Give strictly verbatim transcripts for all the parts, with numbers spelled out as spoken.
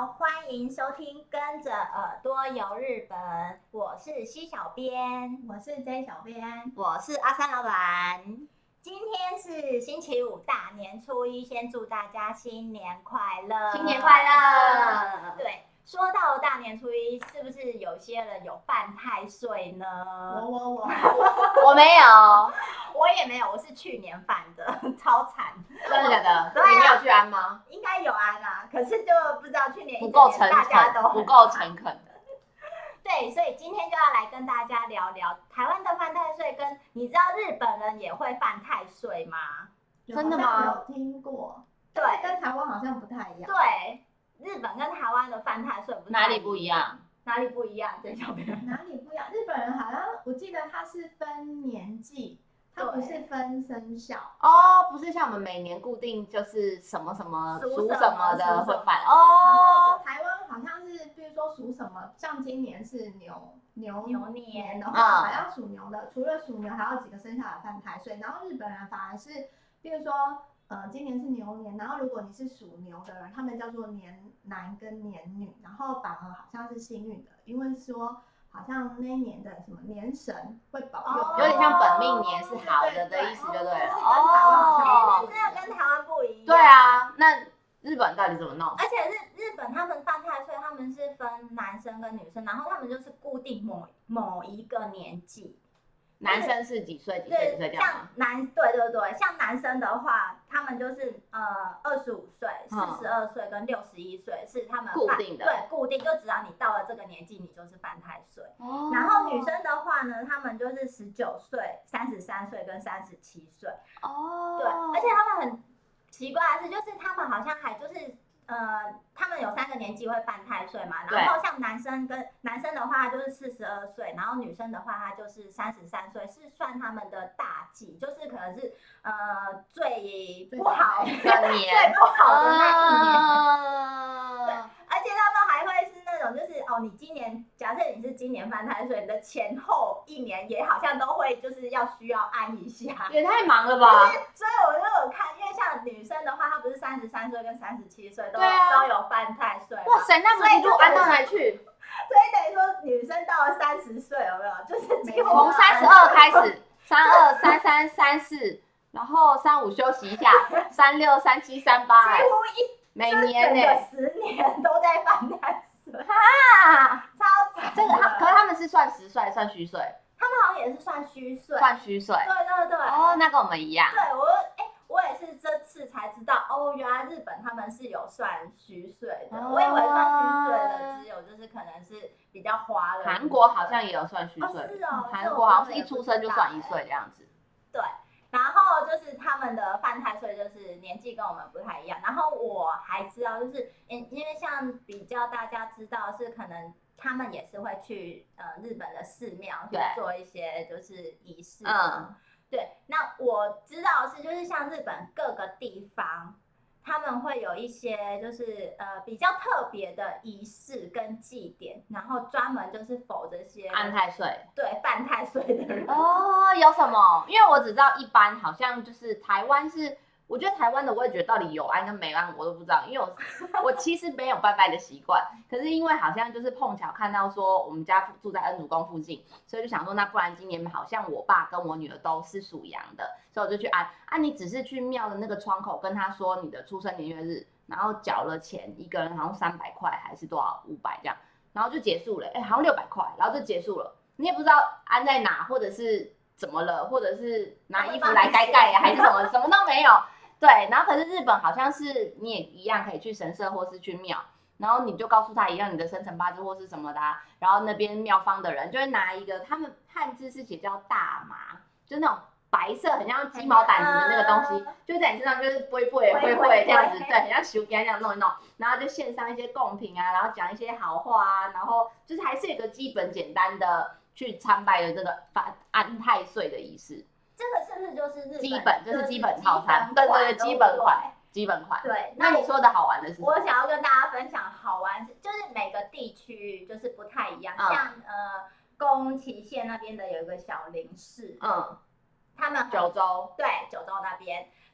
好，欢迎收听跟着耳朵游日本，我是西小编， 我是 J 小编， 我是阿三老板。今天是星期五，大年初一，先祝大家新年快乐！ 新年快乐！ 对，说到大年初一，是不是有些人有犯太岁呢？ 我我我我没有， 我也没有，我是去年犯的，超惨。 真的假的？ 对啊， 你没有去安吗？ 应该有安啊，可是就不知道去年不够诚大家都恳，不够诚恳。 对，所以今天就要来跟大家聊聊台湾的犯太岁，跟你知道日本人也会犯太岁吗？ 真的吗？ 有听过， 对， 跟台湾好像不太一样。 对，日本跟台湾的犯太岁不太哪里不一样？ 哪里不一样？对，小编哪里不一样？日本人好像我记得他是分年纪，他不是分生肖。 哦，不是像我们每年固定就是什么什么属什么的会犯哦。台湾好像是，比如说属什么，像今年是牛牛牛年的话，好像属牛的，除了属牛，还有几个生肖有犯太岁。然后日本人反而是，比如说呃，今年是牛年，然后如果你是属牛的人，他们叫做年男跟年女，然后反而好像是幸运的，因为说好像那一年的什么年神会保佑， 有点像本命年是好的的意思就对了。 哦，这样跟台湾不一样。 对啊，那日本到底怎么弄？ 而且日日本他们犯太岁，他们是分男生跟女生，然后他们就是固定某某一个年纪。 男生是几岁？几岁？几岁这样吗？ 像男，对对对，像男生的话，他们就是呃二十五岁、四十二岁跟六十一岁是他们固定的， 对，固定，就只要你到了这个年纪，你就是犯太岁。 哦。 然后女生的话呢，他们就是十九岁、三十三岁跟三十七岁。 哦。 对，而且他们很奇怪的是，就是他们好像还就是。呃，他们有三个年纪会犯太岁嘛，然后像男生跟男生的话就是四十二岁，然后女生的话她就是三十三岁，是算他们的大忌，就是可能是呃最不好的年，最不好的那一年。 啊、 对，而且他们还会是那种就是哦，你今年假设你是今年犯太岁，你的前后一年也好像都会就是要需要安一下， 也太忙了吧？ 所以我就有看，因为像女生的话，她不是三十三岁跟三十七岁都、 啊、 都有犯太岁。 哇塞，那不一路安到哪去？ 所以等于说女生到了三十岁有没有？就是几乎从三十二开始，三二、三三、三四，然后三五休息一下，三六、三七、三八， 几乎一每年呢、 欸，十年都在犯太岁， 哈， 超惨。 这个可是他们是算实岁，算虚岁。 他们好像也是算虚岁， 算虚岁。 对对对。 哦，那跟我们一样。 对我，哎、欸，我也是这次才知道，哦，原来日本他们是有算虚岁的。哦、我以为算虚岁的只有就是可能是比较花了。 韩国好像也有算虚岁。 哦，是哦。 韩国好像是一出生就算一岁这样子。 对。然后就是他们的犯太岁，就是年纪跟我们不太一样。然后我还知道，就是因因为像比较大家知道是可能。他们也是会去呃日本的寺庙去做一些就是仪式，嗯，对。那我知道是就是像日本各个地方，他们会有一些就是呃比较特别的仪式跟祭典，然后专门就是否这些安太岁， 对犯太岁的人。 哦，有什么？因为我只知道一般好像就是台湾是。我觉得台湾的我也觉得到底有安跟没安我都不知道，因为我我其实没有拜拜的习惯，可是因为好像就是碰巧看到说我们家住在恩主公附近，所以就想说那不然今年好像我爸跟我女儿都是属羊的，所以我就去安啊。你只是去庙的那个窗口跟他说你的出生年月日，然后缴了钱，一个人好像三百块还是多少五百这样，然后就结束了，哎，好像六百块，然后就结束了，你也不知道安在哪，或者是怎么了，或者是拿衣服来盖盖呀，还是什么，什么都没有。对，然后可是日本好像是你也一样可以去神社或是去庙，然后你就告诉他一样你的生辰八字或是什么的、啊，然后那边庙方的人就会拿一个，他们汉字是写叫大麻，就那种白色很像鸡毛掸子的那个东西，就在你身上就是挥挥挥挥这样子，对，很像手给这样弄一弄，然后就献上一些贡品啊，然后讲一些好话啊，然后就是还是有一个基本简单的去参拜的这个安太岁的仪式。 这个是不是就是日本基本就是基本套餐？对对对，基本款，基本款。 对， 那你说的好玩的是什么？ 我想要跟大家分享好玩，就是每个地区就是不太一样，嗯、像呃宫崎县那边的有一个小林市，嗯，他们九州， 对九州那边，他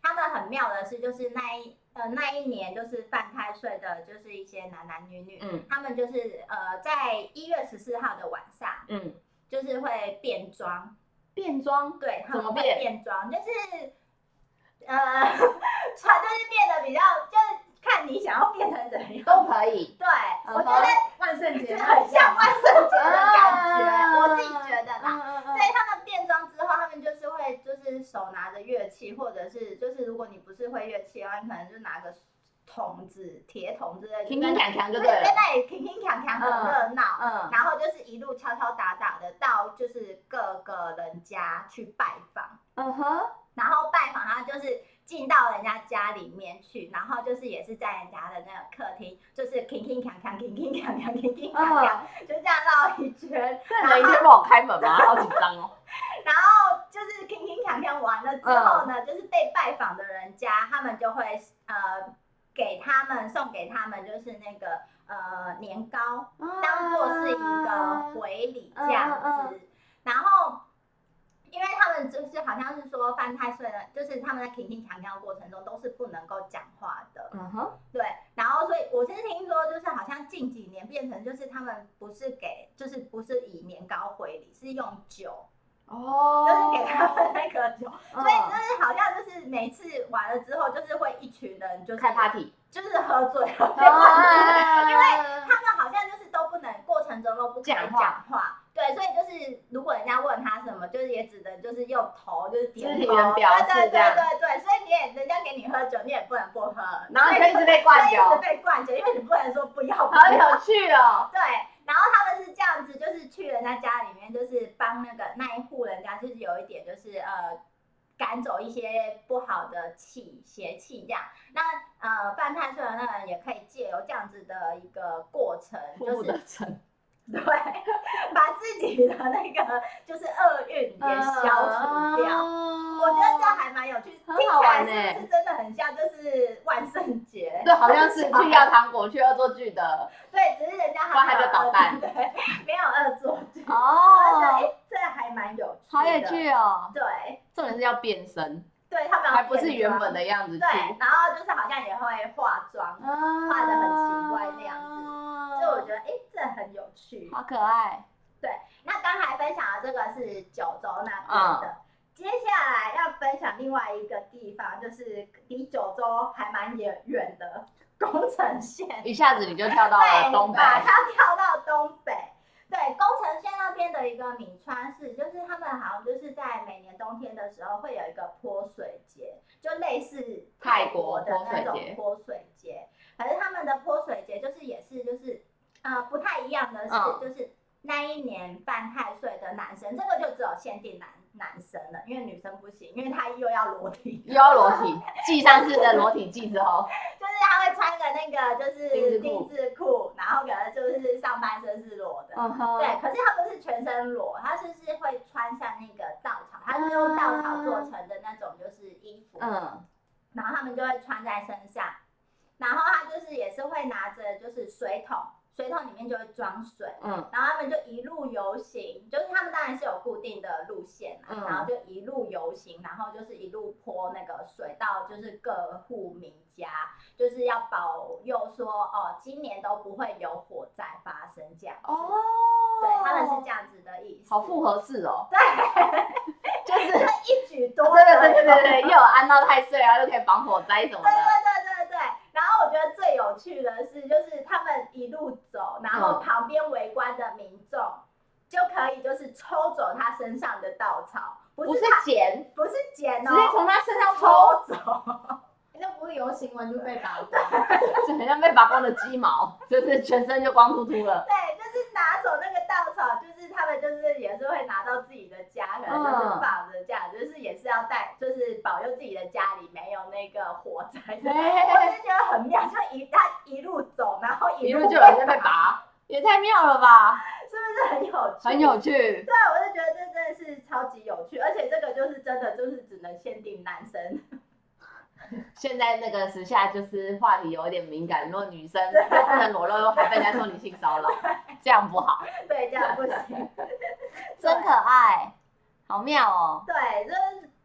他们很妙的是，就是那一呃那一年就是犯太岁的，就是一些男男女女， 嗯， 他们就是呃在一月十四号的晚上， 嗯， 就是会变装， 变装， 对，他们会怎么变？ 变装，就是呃穿就是变得比较，就是看你想要变成怎样都可以。 对， 嗯我觉得万圣节很像万圣节的感觉， 啊我自己觉得啦。 嗯嗯嗯对，他们变装之后，他们就是会就是手拿着乐器，或者是就是如果你不是会乐器的话，你可能就拿个筒子、铁桶之类的， 铿铿锵锵就对， 对了。 在那里铿铿锵锵很热闹， 嗯， 然后就是一路敲敲打打的到就是各个人家去拜访， 嗯哼， 然后拜访他就是进到人家家里面去，然后就是也是在人家的那个客厅，就是铿铿锵锵、铿铿锵锵、铿铿锵锵，就这样绕一圈。 那人一天帮我开门吗？好紧张哦。 然后就是铿铿锵锵完了之后呢，就是被拜访的人家，他们就会呃给他们送给他们就是那个呃年糕，当做是一个回礼这样子，然后。因为他们就是好像是说犯太岁的，就是他们在铿铿锵锵的过程中都是不能够讲话的， 嗯哼， 对。然后所以我是听说，就是好像近几年变成就是他们不是给，就是不是以年糕回礼，是用酒， 哦， 就是给他们那个酒， 嗯所以就是好像就是每次完了之后，就是会一群人就是开 party， 就是喝醉了， 哦因为他们好像就是都不能过程中都不可以讲话讲话。对，所以就是如果人家问他什么，就是也只能就是用头就是点头， 肢体语言表示对对这样对对对，所以你也人家给你喝酒，你也不能不喝， 然后你就一直被灌酒所以一直被灌酒，因为你不能说不要。不好要有趣哦。 对，然后他们是这样子，就是去人家家里面，就是帮那个那一户人家，就是有一点就是呃赶走一些不好的气邪气这样。那呃犯太岁的那个人也可以借由这样子的一个过程，就是对，把自己的那个就是厄运也消除掉。 嗯、 我觉得这还蛮有趣，听起来是不是真的很像就是万圣节？ 对，好像是去要糖果去恶作剧的。 对，只是人家还没有捣蛋， 对，没有恶作剧。 哦， 哎，这还蛮有趣的， 好有趣哦。 对， 重点是要变身。 对他们还不是原本的样子去。 对，然后就是好像也会化妆， 啊、 画的很奇怪那样子。所以我觉得，哎，这很有趣， 好可爱。 对，那刚才分享的这个是九州那边的，嗯、接下来要分享另外一个地方，就是离九州还蛮远远的宫城县。 一下子你就跳到了东北， 马上跳到东北。对，宫城县那边的一个米川市，就是他们好像就是在每年冬天的时候会有一个泼水节，就类似泰国的那种泼水节。可是他们的泼水节就是也是就是呃不太一样的是，嗯、就是那一年犯太岁的男生，这个就只有限定男男生了，因为女生不行，因为他又要裸体， 又要裸体，系上次的裸体记之后， 就是他会穿个那个就是丁字裤，然后可能就是上半身是裸的，嗯、对，可是他不是全身裸，他是是会穿上那个稻草，他是用稻草做成的那种就是衣服，嗯，然后他们就会穿在身上，然后他就是也是会拿着就是水桶。水桶里面就会装水，嗯，然后他们就一路游行，就是他们当然是有固定的路线嘛，嗯、然后就一路游行，然后就是一路泼那个水到就是各户民家，就是要保佑说哦，今年都不会有火灾发生这样子。哦，对，他们是这样子的意思。 好复合式哦。 对，就是一举多得。 对对对对对，又有安到太岁啊，又可以防火灾什么的。 对对对对对。然后我觉得最有趣的是，就是他们一路走，然后旁边围观的民众就可以就是抽走他身上的稻草，不是捡， 不是捡哦， 直接从他身上抽走。 那不是游行完就被拔光， 就很像被拔光的鸡毛，就是全身就光秃秃了。 对，就是拿走那个稻草，就是他们就是也是会拿到自己的家，可能就是放着这样，嗯、就是也是要带，就是保佑自己的家里没有那个火灾。我就觉得很妙，就一他一路走，然后一路就有人在被拔，也太妙了吧？ 是不是很有趣？ 很有趣。 对，我就觉得这真的是超级有趣，而且这个就是真的就是只能限定男生。 现在那个时下就是话题有一点敏感，如果女生不能裸露，还被人家说你性骚扰，这样不好。 对，这样不行。 真可爱，好妙哦。 对，就是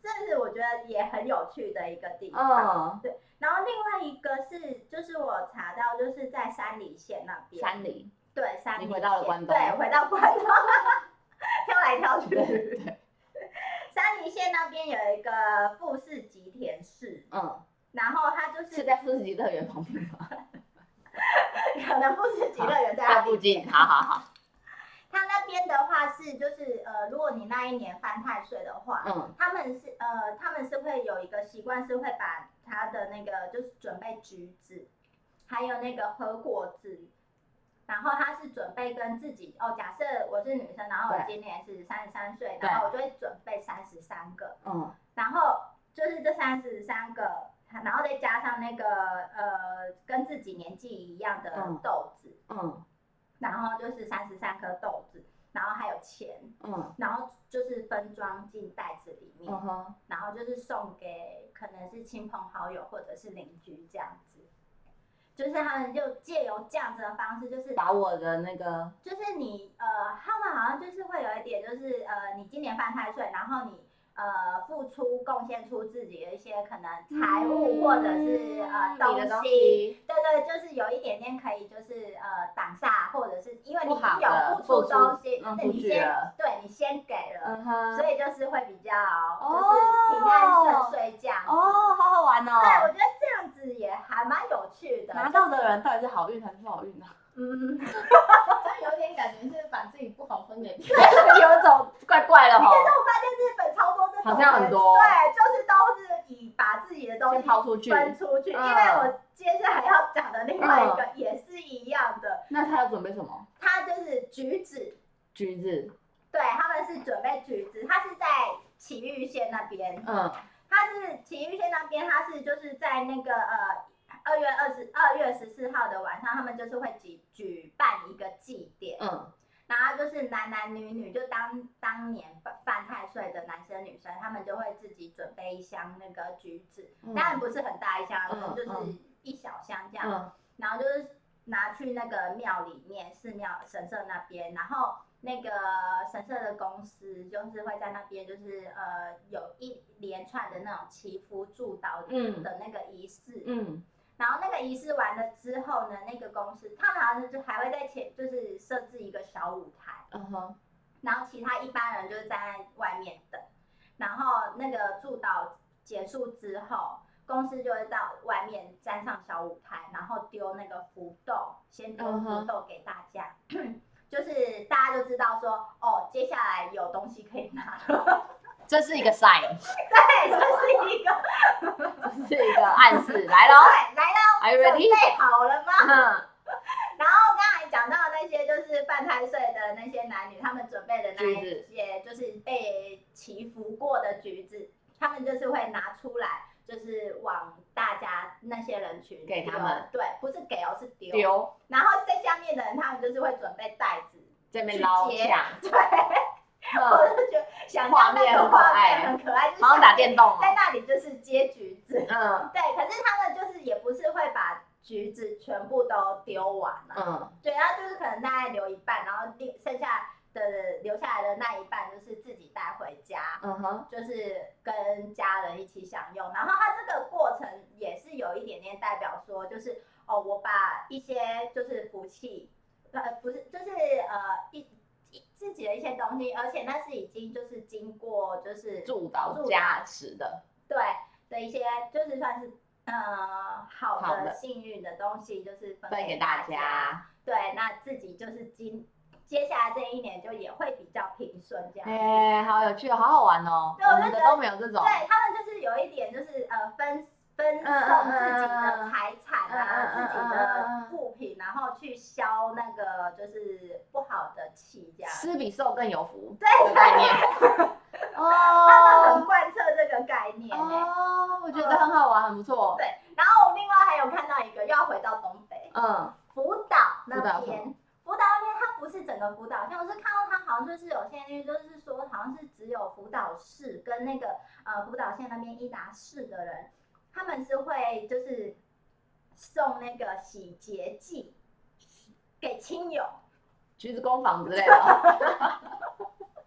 这是我觉得也很有趣的一个地方。 嗯， 对，然后另外一个是，就是我查到，就是在山梨县那边。 山梨。 对，山梨县。 你回到了关东。 对，回到关东，跳来跳去。 对对。 山梨县那边有一个富士吉田市。嗯。然后它就是。 是在富士吉乐园旁边吗？ 可能富士吉乐园在在附近。好好好。 他那边的话是就是呃，如果你那一年犯太岁的话，嗯，他们是呃他们是会有一个习惯，是会把他的那个就是准备橘子，还有那个和果子，然后他是准备跟自己哦，假设我是女生，然后我今年是三十三岁，然后我就会准备三十三个，嗯，然后就是这三十三个，然后再加上那个呃跟自己年纪一样的豆子，嗯。嗯，然后就是三十三颗豆子，然后还有钱，嗯，然后就是分装进袋子里面，嗯，然后就是送给可能是亲朋好友或者是邻居这样子，就是他们就借由这样子的方式，就是把我的那个， 就是你呃，他们好像就是会有一点，就是呃，你今年犯太岁，然后你。呃，付出贡献出自己的一些可能财务、嗯、或者是呃东西，东西对对，就是有一点点可以就是呃挡下，或者是因为你有付出东西，那你先对你先给了，嗯、所以就是会比较、哦、就是平安顺遂这样子。 哦，好好玩哦。 对，我觉得这样子也还蛮有趣的。 拿到的人到底是好运还是不好运呢、啊？ 嗯，就有点感觉是把自己不好分给别人， 有一种怪怪的哈。 可是我发现日本超多这种， 好像很多， 对，就是都是以把自己的东西抛出去、 分出去。嗯、因为我接下来要讲的另外一个也是一样的。 嗯、那他要准备什么？ 他就是橘子。 橘子。 对，他们是准备橘子，他是在埼玉县那边。嗯。他是埼玉县那边，他是就是在那个呃。二月二十二月十四号的晚上，他们就是会举举办一个祭典，嗯，然后就是男男女女，就当当年犯太岁的男生女生，他们就会自己准备一箱那个橘子，嗯、当然不是很大一箱，嗯、就是一小箱这样，嗯、然后就是拿去那个庙里面，寺庙神社那边，然后那个神社的公司就是会在那边，就是呃有一连串的那种祈福祝祷的那个仪式，嗯。嗯，然后那个仪式完了之后呢，那个公司他们好像就还会在前，就是设置一个小舞台，嗯哼，然后其他一般人就是站在外面等，然后那个祝祷结束之后，公司就会到外面站上小舞台，然后丢那个福豆，先丢福豆给大家，嗯、就是大家就知道说，哦，接下来有东西可以拿了。 这是一个 sign， 对，这是一个， 这是一个暗示，来喽， 对，来喽，准备好了吗？嗯。然后刚才讲到那些就是犯太岁的那些男女，他们准备的那一些就是被祈福过的橘子，他们就是会拿出来，就是往大家那些人群给他们， 对，不是给哦，是丢。 丢。 然后在下面的人，他们就是会准备袋子， 这边捞抢， 对。我就觉得想象那个画面很可爱，就是好像打电动， 在那里就是接橘子，嗯，对。可是他们就是也不是会把橘子全部都丢完了，嗯，对，然后就是可能大概留一半，然后剩下的留下来的那一半就是自己带回家，嗯哼，就是跟家人一起享用。然后它这个过程也是有一点点代表说，就是哦，我把一些就是福气，呃，不是，就是呃一。自己的一些东西，而且那是已经就是经过就是祝祷加持的， 对的一些就是算是呃好的幸运的东西，就是分给大家。大家对，那自己就是今接下来这一年就也会比较平顺这样。 哎、欸，好有趣，好好玩哦！ 对，我们的都没有这种。 对，他们就是有一点就是呃分。分送自己的财产啊，嗯嗯嗯嗯、自己的物品，然后去消那个就是不好的气，这样。 施比受更有福， 对的概念。 哦，他们很贯彻这个概念、欸。 哦，我觉得很好玩，很不错。 对，然后我另外还有看到一个，又要回到东北，嗯，福岛那边。福岛那边它不是整个福岛县，我是看到它好像就是有些人就是说，好像是只有福岛市跟那个呃福岛县那边伊达市的人。他们是会就是送那个洗洁剂给亲友， 橘子工坊之类的。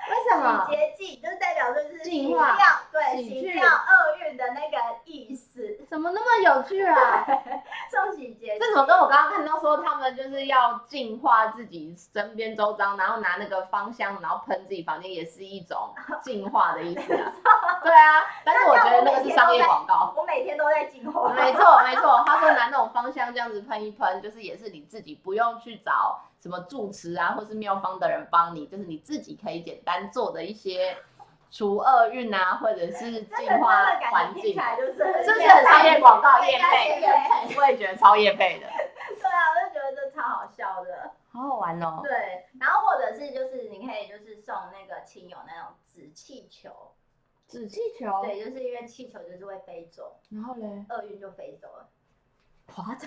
为什么？ 洗洁剂就是代表就是洗净化掉，对， 洗去洗掉厄运的那个意思。 怎么那么有趣啊？ 送洗洁剂， 这怎么跟我刚刚看到说他们就是要净化自己身边周遭，然后拿那个芳香，然后喷自己房间，也是一种净化的意思啊。对啊，但是我觉得那个是商业广告。 我每天都在净化。 没错没错，他说拿那种芳香这样子喷一喷，就是也是你自己不用去找什么住持啊或是妙方的人帮你，就是你自己可以简单做的一些除厄运啊，或者是净化环境， 是不是很商业广告业配？我也觉得超业配的。 对啊，我就觉得这超好笑的， 好好玩哦。 对，然后或者是就是你可以就是送那个亲友那种纸气球， 纸气球， 对，就是因为气球就是会飞走， 然后嘞， 厄运就飞走了。 What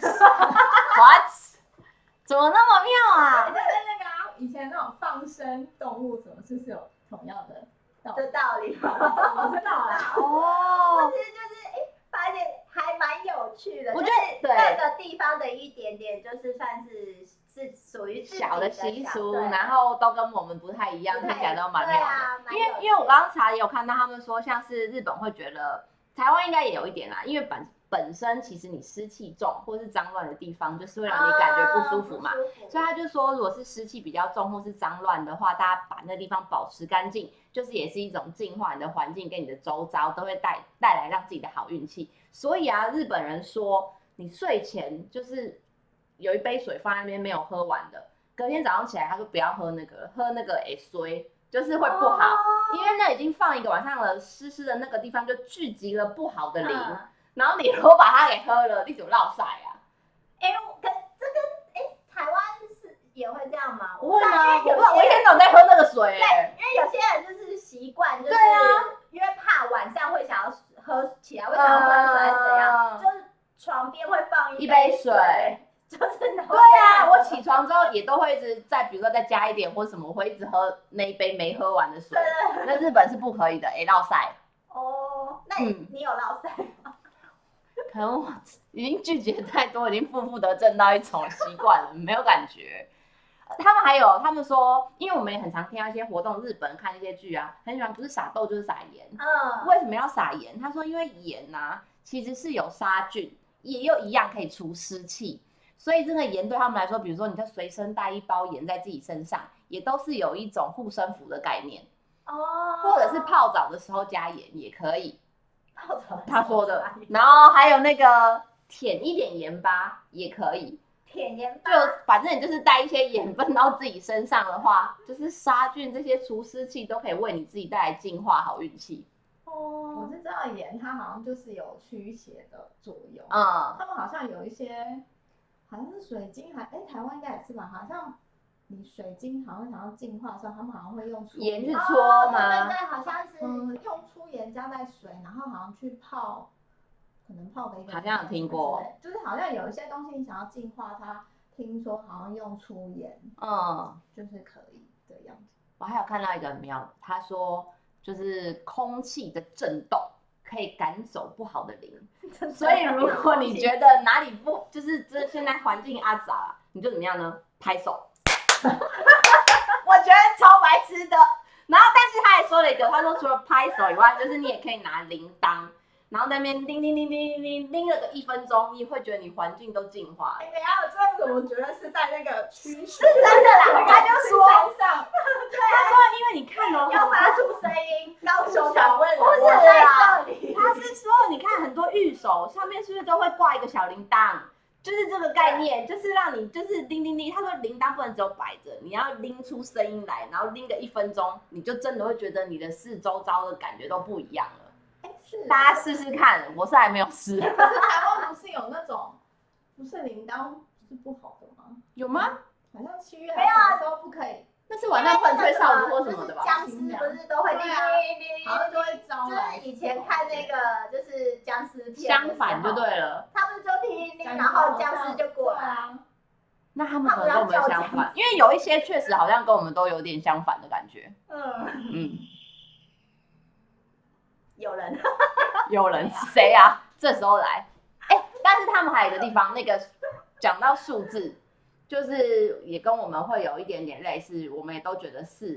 What？ 怎么那么妙啊？ 就是那个啊，以前那种放生动物什么，是不是有同样的道理？ 的道理吗？ 我知道啦。 哦， 其实就是哎，发现还蛮有趣的。 我觉得对各个地方的一点点，就是算是是属于小的习俗， 对然后都跟我们不太一样，听起来都蛮妙的。 啊、 因为因为我刚刚查也有看到他们说，像是日本会觉得台湾应该也有一点啦，因为本本身其实你湿气重或是脏乱的地方，就是会让你感觉不舒服嘛。 啊、舒服所以他就说，如果是湿气比较重或是脏乱的话，大家把那地方保持干净，就是也是一种净化你的环境跟你的周遭，都会带带来让自己的好运气。所以啊，日本人说，你睡前就是有一杯水放在那边没有喝完的，隔天早上起来他说不要喝那个，喝那个会衰，就是会不好，哦、因为那已经放一个晚上了，湿湿的那个地方就聚集了不好的灵。嗯，然后你如果把它给喝了，你怎么落晒啊？ 哎、欸，跟这跟哎台湾是也会这样吗？ 不会吗？我不，我一天到晚在喝那个水、 欸。对，因为有些人就是习惯，就是因为怕晚上会想要喝起来，会想要喝水还是怎样，就是床边会放一杯水，就是对啊，我起床之后也都会一直再比如说再加一点或什么，我会一直喝那一杯没喝完的水。对对，那日本是不可以的，哎，落晒。 哦，那你、嗯、你有落晒吗？ 可能我已经拒绝太多，已经负负得正到一种习惯了，没有感觉。他们还有，他们说，因为我们也很常听到一些活动，日本看一些剧啊，很喜欢不是撒豆就是撒盐。嗯，为什么要撒盐？他说，因为盐啊其实是有杀菌，也又一样可以除湿气，所以这个盐对他们来说，比如说你在随身带一包盐在自己身上，也都是有一种护身符的概念。哦，或者是泡澡的时候加盐也可以。他说的，然后还有那个舔一点盐巴也可以， 舔盐巴， 就反正你就是带一些盐分到自己身上的话，就是杀菌这些除湿气都可以为你自己带来净化好运气。 哦，我是知道盐它好像就是有驱邪的作用，嗯，他们好像有一些好像是水晶还哎台湾应该也是吧，好像。你水晶好像想要净化的时候，他们好像会用粗盐去搓吗？ 对对对，好像是。 嗯，用粗盐加在水，然后好像去泡，可能泡个一个。 好像有听过。 就是好像有一些东西你想要净化它，听说好像用粗盐，嗯，就是可以的样子。 我还有看到一个很妙的，他说就是空气的震动可以赶走不好的灵，所以如果你觉得哪里不，就是这现在环境阿杂，你就怎么样呢？拍手。我觉得超白痴的，然后但是他还说了一个，他说除了拍手以外，就是你也可以拿铃铛，然后那边叮叮叮叮叮叮了个一分钟，你会觉得你环境都净化。 哎、欸，等一下，我这个我觉得是在那个驱是真的啦，他就说， 上对，他说因为你看哦， 要发出声音，高手想问不是啦，他是说你看很多御守上面是不是都会挂一个小铃铛？就是这个概念，就是让你就是叮叮叮。他说铃铛不能只有摆着，你要拎出声音来，然后拎个一分钟，你就真的会觉得你的四周遭的感觉都不一样了。 哎，是， 大家试试看，我是还没有试。 可是台湾不是有那种，不是铃铛是不好的吗？ 有吗？ 好像七月没有啊， 都不可以。 那是晚上不能吹哨子或什么的吧？ 僵尸不是都会叮叮叮， 好像就会招来。 就是以前看那个就是僵尸片， 相反就对了。 他们就叮叮叮，然后僵尸就过来。 那他们可能跟我们相反，因为有一些确实好像跟我们都有点相反的感觉。嗯嗯。 有人， 有人谁啊？这时候来，哎，但是他们还有一个地方，那个讲到数字。就是也跟我们会有一点点类似，我们也都觉得四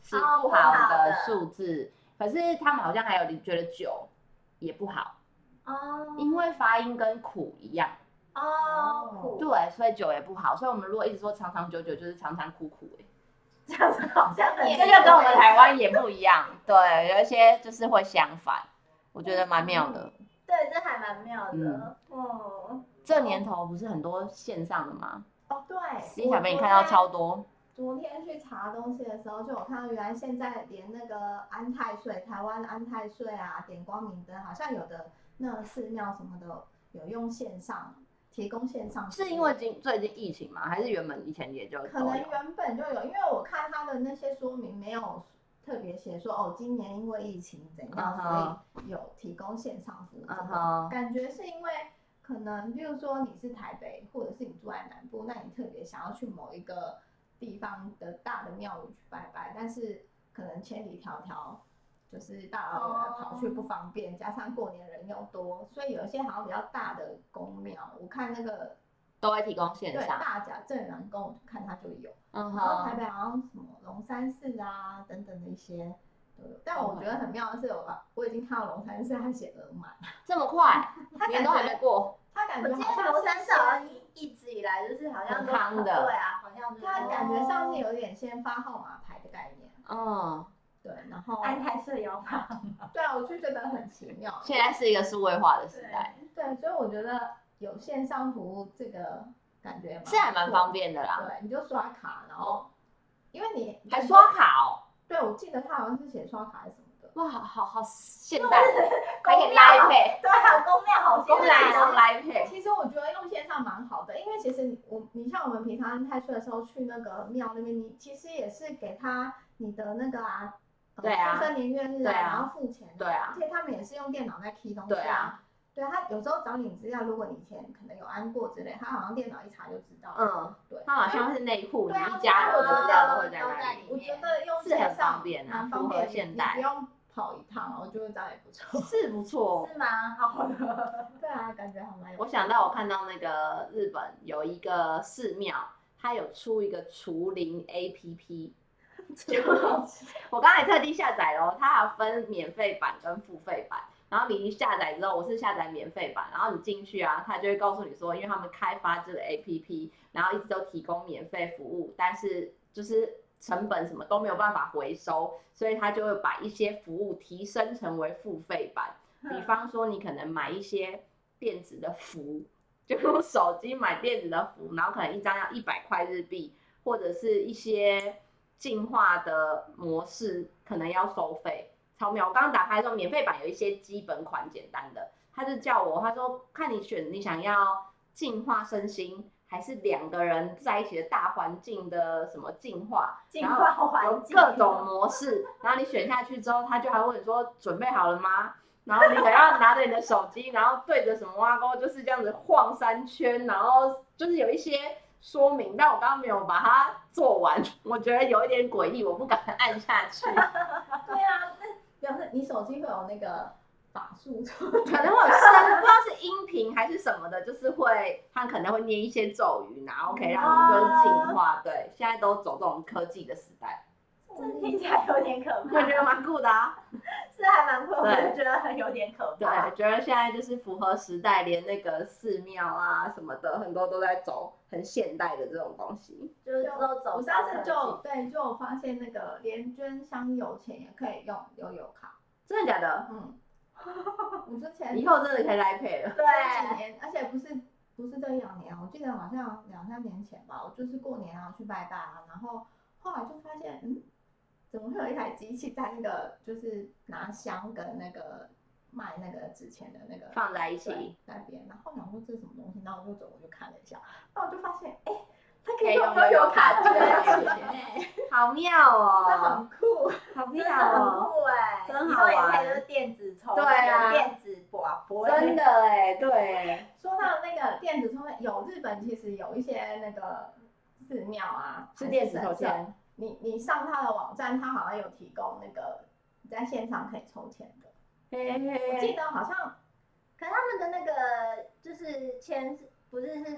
是哦不好不好的的数字，可是他们好像还有觉得九也不好， 哦， 因为发音跟苦一样。 哦苦， 对，所以九也不好，所以我们如果一直说长长久久，就是长长苦苦哎、 这样子好像很这就跟我们台湾也不一样。对，有一些就是会相反，我觉得蛮妙的。 对，这还蛮妙的。嗯， 这年头不是很多线上的吗？ 哦，对， 实际小编你看到超多。 昨天去查东西的时候，就有看到原来现在连那个安太岁，台湾安太岁啊，点光明灯，好像有的那寺庙什么的有用线上提供线上， 是因为今最近疫情吗？还是原本以前也就可能原本就有，因为我看他的那些说明没有特别写说哦，今年因为疫情怎样， uh-huh. 所以有提供线上服务。 Uh-huh. 感觉是因为可能，比如说你是台北，或者是你住在南部，那你特别想要去某一个地方的大的庙宇去拜拜，但是可能千里迢迢，就是大老远跑去不方便， oh. 加上过年人又多，所以有一些好像比较大的宫庙，我看那个都会提供线上。 对，大甲镇南宫，我看它就有。 嗯、 然后台北好像什么龙山寺啊等等的一些都有，但我觉得很妙的是，我我已经看到龙山寺它写额满， 这么快，年都还没过。 他感觉好像龙山寺好像一一直以来就是好像都很夯的， 对啊，好像他感觉上是有点先发号码牌的概念。 嗯， 对，然后安太岁要发， 对啊，我就觉得很奇妙。 现在是一个数位化的时代， 对，所以我觉得有线上服务这个感觉是还蛮方便的啦。 对，你就刷卡，然后因为你还刷卡哦。 对，我记得他好像是写刷卡还是什么的。 哇，好好好现代，还可以来 Pay， 对啊，公庙好公庙用 Line Pay。 其实我觉得用线上蛮好的，因为其实你我你像我们平常安太岁的时候去那个庙那边，你其实也是给他你的那个啊， 对啊， 出生年月日啊，然后付钱， 对啊， 而且他们也是用电脑在 key 东西对啊。 对他有时候找你资料，如果你以前可能有安过之类，他好像电脑一查就知道。 嗯， 对， 他好像是内户，你啊一家人的资料都会在那里。 我觉得用是很方便啊，符合现代， 不用跑一趟，我觉得这样也不错。 是不错， 是蛮好的。 对啊，感觉还蛮有。 我想到我看到那个日本有一个寺庙，它有出一个除灵 A P P。就我刚才特地下载了，它还有分免费版跟付费版。然后你一下载之后，我是下载免费版，然后你进去啊，它就会告诉你说，因为他们开发这个 A P P， 然后一直都提供免费服务，但是就是成本什么都没有办法回收，所以它就会把一些服务提升成为付费版。比方说，你可能买一些电子的符，就用手机买电子的符，然后可能一张要一百块日币，或者是一些进化的模式可能要收费。超妙！我刚刚打开之后，免费版有一些基本款简单的，他就叫我，他说看你选你想要净化身心，还是两个人在一起的大环境的什么净化， 净化环境， 有各种模式，然后你选下去之后，他就还问你说准备好了吗？然后你可能要拿着你的手机，然后对着什么挖沟就是这样子晃三圈，然后就是有一些说明，但我刚刚没有把它做完，我觉得有一点诡异，我不敢按下去。 对啊，那表示你手机会有那个法术， 可能会有声，不知道是音频还是什么的，就是会他可能会念一些咒语，然后可以让你就是净化。对，现在都走这种科技的时代， 这听起来有点可怕。 我觉得蛮酷的啊， 是还蛮酷，我就觉得很有点可怕。 对，觉得现在就是符合时代，连那个寺庙啊什么的，很多都在走很现代的这种东西， 就是都走。 我上次就对，就有发现那个连捐香油钱也可以用悠游卡， 真的假的？ 嗯，我之前以后真的可以来配了。 对， 几年，而且不是不是这一两年，我记得好像两三年前吧，我就是过年啊去拜拜啊，然后后来就发现，嗯，怎么会有一台机器在那个就是拿香跟那个卖那个纸钱的那个放在一起那边，然后我想说这是什么东西，然后我就走过去看了一下，然后我就发现，哎、欸，它可以用悠游卡捐钱， 好妙哦， 那很酷， 好真的妙很哦， 酷哎， 真好玩。 以后也可以就是电子抽对啊， 电子刮刮， 真的哎，对。 说到那个电子抽签，有日本其实有一些那个寺庙啊， 是电子抽签。 你你上他的网站，他好像有提供那个你在线上可以抽签的。 嘿嘿我记得好像， 可是他们的那个就是签不是是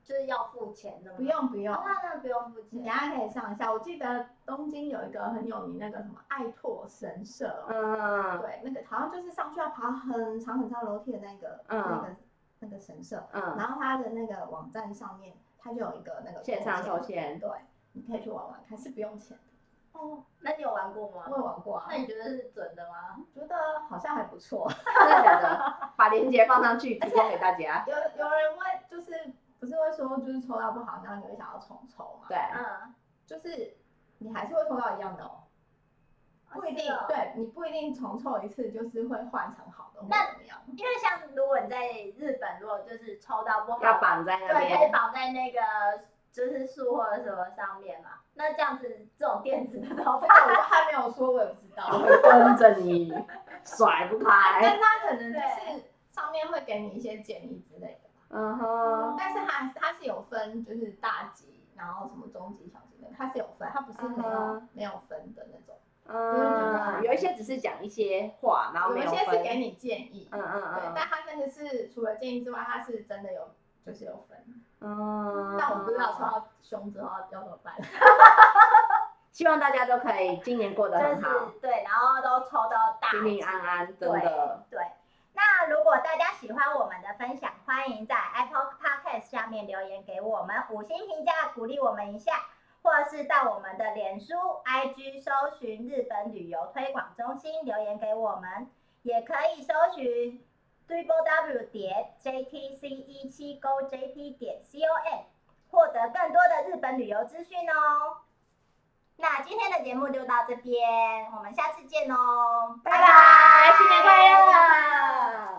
就是要付钱的吗？ 不用不用， 哦，那那不用付钱。 你等下可以上一下。我记得东京有一个很有名那个什么爱拓神社， 嗯， 对，那个好像就是上去要爬很长很长楼梯的那个、 嗯、 那个那个神社， 嗯， 然后它的那个网站上面它就有一个那个线上抽签， 对，你可以去玩玩看，是不用钱的。 哦，那你有玩过吗？ 我有玩过啊。 那你觉得是准的吗？ 觉得好像还不错。 真的假的？把链接放上去，提供给大家。 有有人会就是不是会说就是抽到不好，然后你会想要重抽嘛？ 对， 嗯， 就是你还是会抽到一样的哦。不一定， 哦对你不一定重抽一次就是会换成好的， 那怎么样？ 因为像如果你在日本，如果就是抽到不好， 要绑在那对，可以边， 绑在那个就是树或者什么上面嘛。那这样子这种电子的怎么这个办？ 我就还没有说，我也不知道。 我会跟着你，甩不开。 但它可能就是上面会给你一些建议之类的吧。 嗯哼， 但是它它是有分，就是大级，然后什么中级、小级的，它是有分，它不是没有、 嗯没有分的那种。 嗯，有一些只是讲一些话，然后没有一些分。 是给你建议， 嗯嗯对， 嗯， 但它那个是除了建议之外，它是真的有就是有分。 嗯， 但我不知道抽到凶之后要怎么办。 希望大家都可以今年过得就很好， 是对，然后都抽到大平平安安，真的。 对。那如果大家喜欢我们的分享，欢迎在 Apple Podcast 下面留言给我们五星评价，鼓励我们一下，或是到我们的脸书、I G 搜寻日本旅游推广中心留言给我们，也可以搜寻 double w 点 j t c 一七 go j p 点 com 获得更多的日本旅游资讯哦。那今天的节目就到这边，我们下次见哦， 拜拜，新年快乐！